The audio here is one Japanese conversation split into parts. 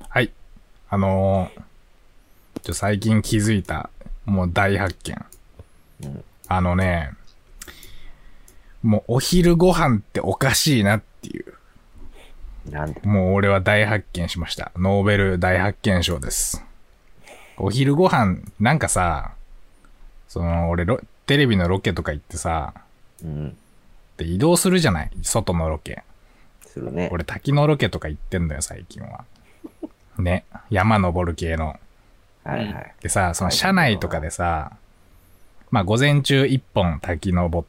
はい。最近気づいた、もう大発見。 うん、 あのね、もうお昼ご飯っておかしいなっていう。 なんでもう俺は大発見しました。ノーベル大発見賞です。お昼ご飯、なんかさ、俺テレビのロケとか行ってさ、 うん。 で移動するじゃない、外のロケ。 するね。 俺滝のロケとか行ってんだよ、最近は。ね。山登る系の。 はいはい。 でさ、その車内とかでさ、まあ午前中1本滝登って、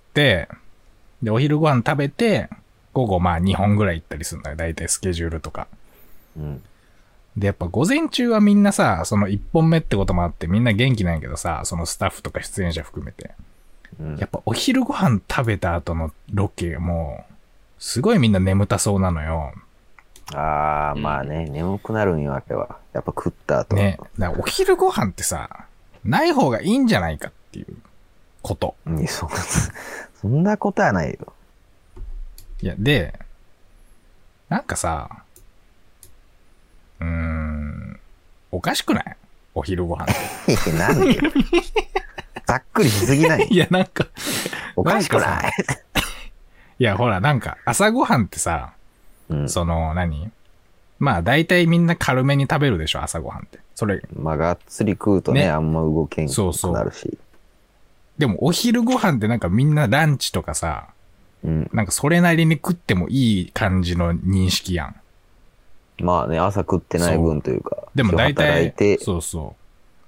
で、お昼ご飯食べて、午後まあ2本ぐらい行ったりするんだよ。だいたいスケジュールとか。 うん。 で、やっぱ午前中はみんなさ、その1本目ってこともあってみんな元気なんやけどさ、そのスタッフとか出演者含めて。 うん。 やっぱお昼ご飯食べた後のロケもう、すごいみんな眠たそうなのよ。 ああ、まあね、眠くなるんよ、あれは。やっぱ食った後。 ね。だからお昼ご飯ってさ、ない方がいいんじゃないかっていうこと。 そんなことはないよ。 いや、で、なんかさ、おかしくない？お昼ご飯って。 なんでよ。ざっくりしすぎないいや、なんか、 おかしくない？ いや、ほら、なんか、朝ごはんってさ、 うん。 まあ、大体みんな軽めに食べるでしょ、朝ごはんって。それ。 まあ、がっつり食うとね、 ね、 あんま動けんくそうそう。 なるし。 でも、お昼ご飯ってなんかみんなランチとかさ、 うん。 なんかそれなりに食ってもいい感じの認識やん。 まあね、朝食ってない分というか。 でも大働い体、 て、 そうそう。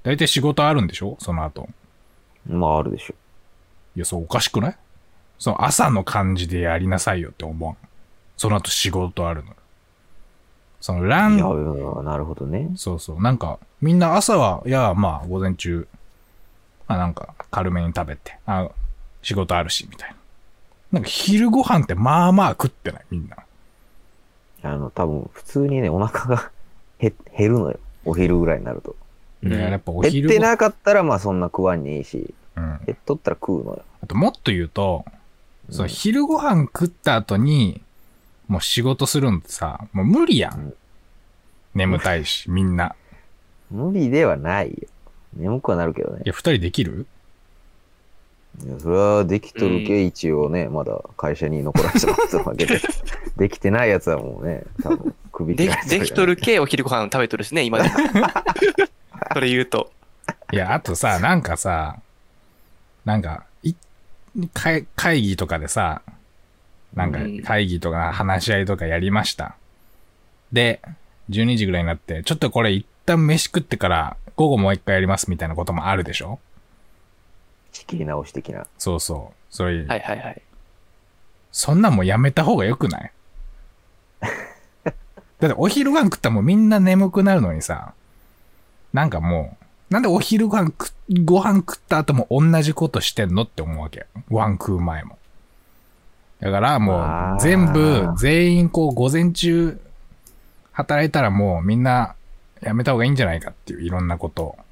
大体仕事あるんでしょその後。 まああるでしょ。 いや、そうおかしくない？その朝の感じでやりなさいよって思う。その後仕事あるの。そのラいや、 ン、 なるほどね。 そうそう。なんか、みんな朝は、いや、まあ、午前中、まあなんか、軽めに食べて、仕事あるし、みたいな。なんか、昼ご飯ってまあまあ食ってない、みんな。 多分、普通にね、お腹が減るのよ。お昼ぐらいになると。 で、やっぱお減って昼ご飯、 なかったら、まあそんな食わんにいいし、 うん。 減っとったら食うのよ。 あと、もっと言うと、その昼ご飯食った後に、もう仕事するんってさ、もう無理やん。 うん、 眠たいし、みんな。 無理ではないよ。眠くはなるけどね。 いや、二人できる？ いや、それはできとるけ、一応ね、まだ会社に残らせてますわけで。できてないやつはもうね、多分首切られてできとるけお昼ご飯食べとるしね、今でも。それ言うと。 いや、あとさ、なんかさ、なんか、会議とかでさ、なんか会議とか話し合いとかやりました。で、12時ぐらいになって、ちょっとこれ一旦飯食ってから午後もう一回やりますみたいなこともあるでしょ？ 仕切り直し的な。 そうそう。それ、 はいはいはい。 そんなんもうやめた方がよくない？だってお昼ご飯食ったらもうみんな眠くなるのにさ、なんかもう、なんでお昼ご飯食った後も同じことしてんのって思うわけ。ご飯食う前も。だからもう全員こう午前中働いたらもうみんなやめた方がいいんじゃないかっていういろんなことを。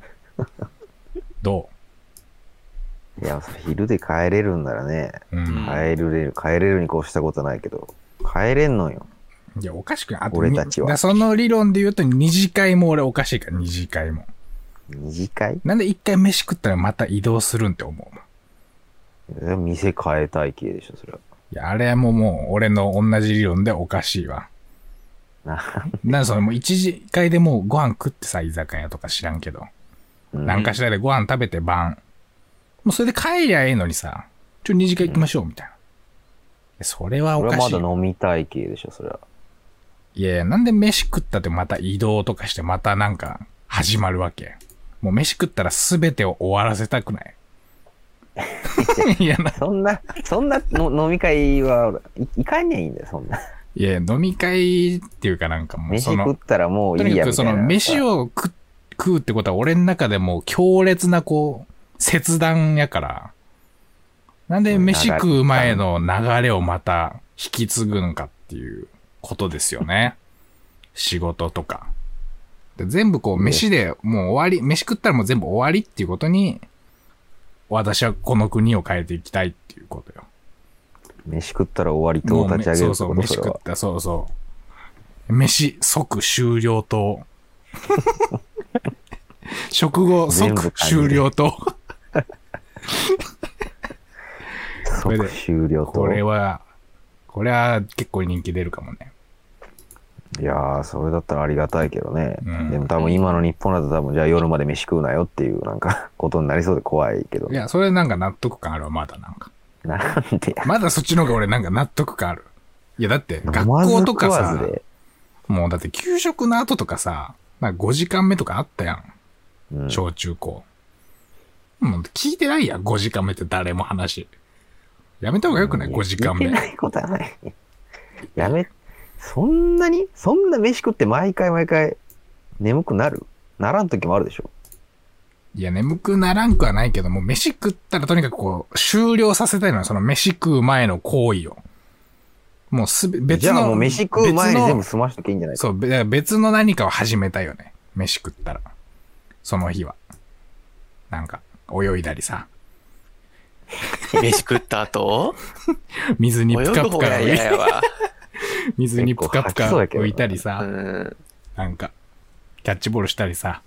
どいや、昼で帰れるんならね、 う？うん。 帰れるに越したことないけど、帰れんのよ。 いや、おかしくない。あと俺たちは。 その理論で言うと二次会も俺おかしいから、二次会も。 二次会？ なんで一回飯食ったらまた移動するんって思うの？ 店変えたい系でしょ、それは。 いや、あれももう俺の同じ理論でおかしいわ。なんそれもう一次会でもうご飯食ってさ、居酒屋とか知らんけど。なんかしらでご飯食べて晩。もうそれで帰りゃええのにさ、二次会行きましょうみたいな。それはおかしい。 それはまだ飲みたい系でしょ、それは。 いや、なんで飯食ったってまた移動とかしてまたなんか始まるわけ。もう飯食ったら全てを終わらせたくない？いやな。 そんなの飲み会はいかんにゃいいんだよ、そんな。 いや、飲み会っていうかなんかもう飯食ったらもういいやみたいな。 とにかくその飯を食うってことは俺の中でもう強烈なこう、切断やから、なんで飯食う前の流れをまた引き継ぐのかっていうことですよね。仕事とか。で全部こう飯でもう終わり、飯食ったらもう全部終わりっていうことに、私はこの国を変えていきたいっていうことよ。 飯食ったら終わりと立ち上げるってこと？ そうそう、飯食った、そうそう。 飯即終了と、食後即終了と、 即終了と。 これは結構人気出るかもね。 いやー、それだったらありがたいけどね。 うん、 でも多分今の日本だと多分じゃあ夜まで飯食うなよっていうなんかことになりそうで怖いけど。 いや、それなんか納得感あるわ、まだなんか。 なんでや。 まだそっちの方が俺なんか納得感ある。いや、だって学飲まず校とか食わさず、でもうだって給食の後とかさ、なんか5時間目とかあったやん。 うん、 小中高。もう聞いてないやん、5時間目って誰も話。やめた方がよくない ?5 時間目。 聞いてないことはない。そんな飯食って毎回眠くならん時もあるでしょ。 いや、眠くならんくはないけども、飯食ったらとにかくこう、終了させたいのは、その飯食う前の行為を。もう別の。 じゃあもう飯食う前に全部済ましとけいいんじゃないか。 そう、別の何かを始めたいよね。飯食ったら。その日は。なんか、泳いだりさ。 飯食った後水にプカプカ泳ぐ方が嫌やわ。 水にプカプカ浮いたりさ。 うんなんか、キャッチボールしたりさ。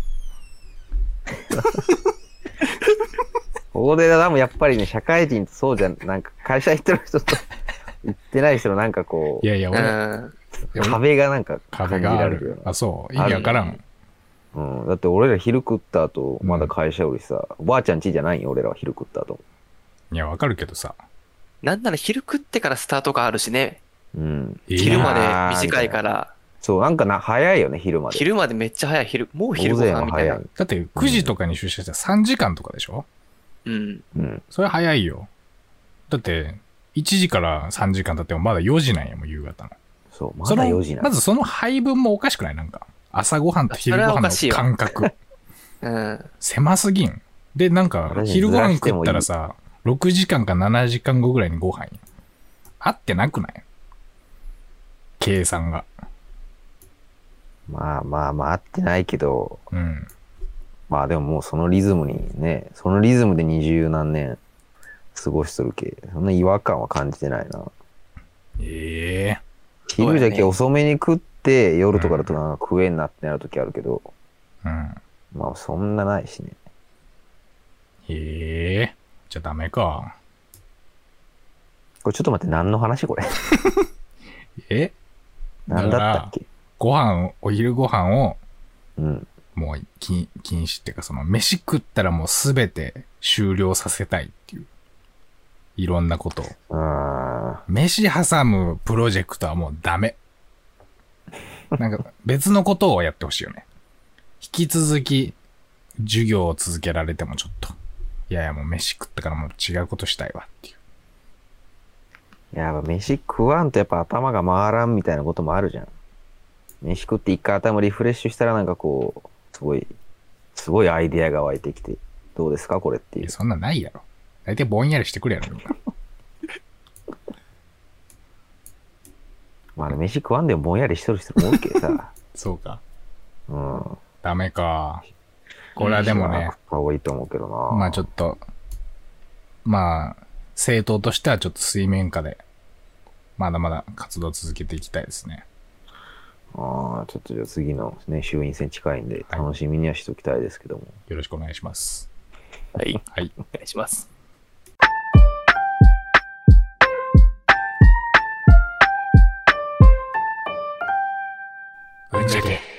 ここで多分やっぱりね、社会人とそうじゃん、なんか会社行ってる人と行ってない人のなんかこう、 いやいや、 壁がなんか感じ壁があられるよね。。 るあ、そう。意味わからん。 うん。だって俺ら昼食った後、まだ会社よりさ、おばあちゃん家じゃないよ、俺らは昼食った後。 いや、わかるけどさ。 なんなら昼食ってからスタートがあるしね。 うん。 昼まで短いから。 そう、なんか早いよね、昼まで。 昼までめっちゃ早い。もう昼ご飯みたいな。 だって9時とかに出社したら3時間とかでしょ？ うん。 うん。 それ早いよ。だって、1時から3時間経ってもまだ4時なんやもん、夕方の。 そう、まだ4時なんまずその配分もおかしくない？なんか。朝ごはんと昼ごはんの感覚。 うん。 狭すぎん。で、なんか、昼ごはん食ったらさ、6時間か7時間後ぐらいにご飯合ってなくない？計算が。 まあ、合ってないけど、 うん。 まあでももうそのリズムにね、そのリズムで20何年過ごしとるけ、そんな違和感は感じてないな。 ええ昼だけ遅めに食って、夜とかだとなんか食えんなってなるときあるけど、 うん。 まあそんなないしね。 ええじゃあダメか。 これちょっと待って、何の話これ。何だったっけ？ お昼ご飯を、 うん。 もう禁止っていうか、その、飯食ったらもうすべて終了させたいっていう。いろんなことを。飯挟むプロジェクトはもうダメ。なんか別のことをやってほしいよね。引き続き授業を続けられてもちょっと。いやいやもう飯食ったからもう違うことしたいわっていう。 やっぱ飯食わんとやっぱ頭が回らんみたいなこともあるじゃん。飯食って一回頭リフレッシュしたらなんかこう、すごいアイデアが湧いてきて、どうですかこれっていう。 そんなないやろ。大体ぼんやりしてくれやろ、みんな。 まあね、飯食わんでもぼんやりしとる人もおるけどさ。 そうか。 うん。 ダメか。これはでもね。 食った方がいいと思うけどな。 まあちょっと、まあ、政党としてはちょっと水面下で、まだまだ活動を続けていきたいですね。 ああ、ちょっとじゃあ次のね、衆院選近いんで、楽しみにはしておきたいですけども。 よろしくお願いします。 はい。 はい。 お願いします。 うんじゃけ。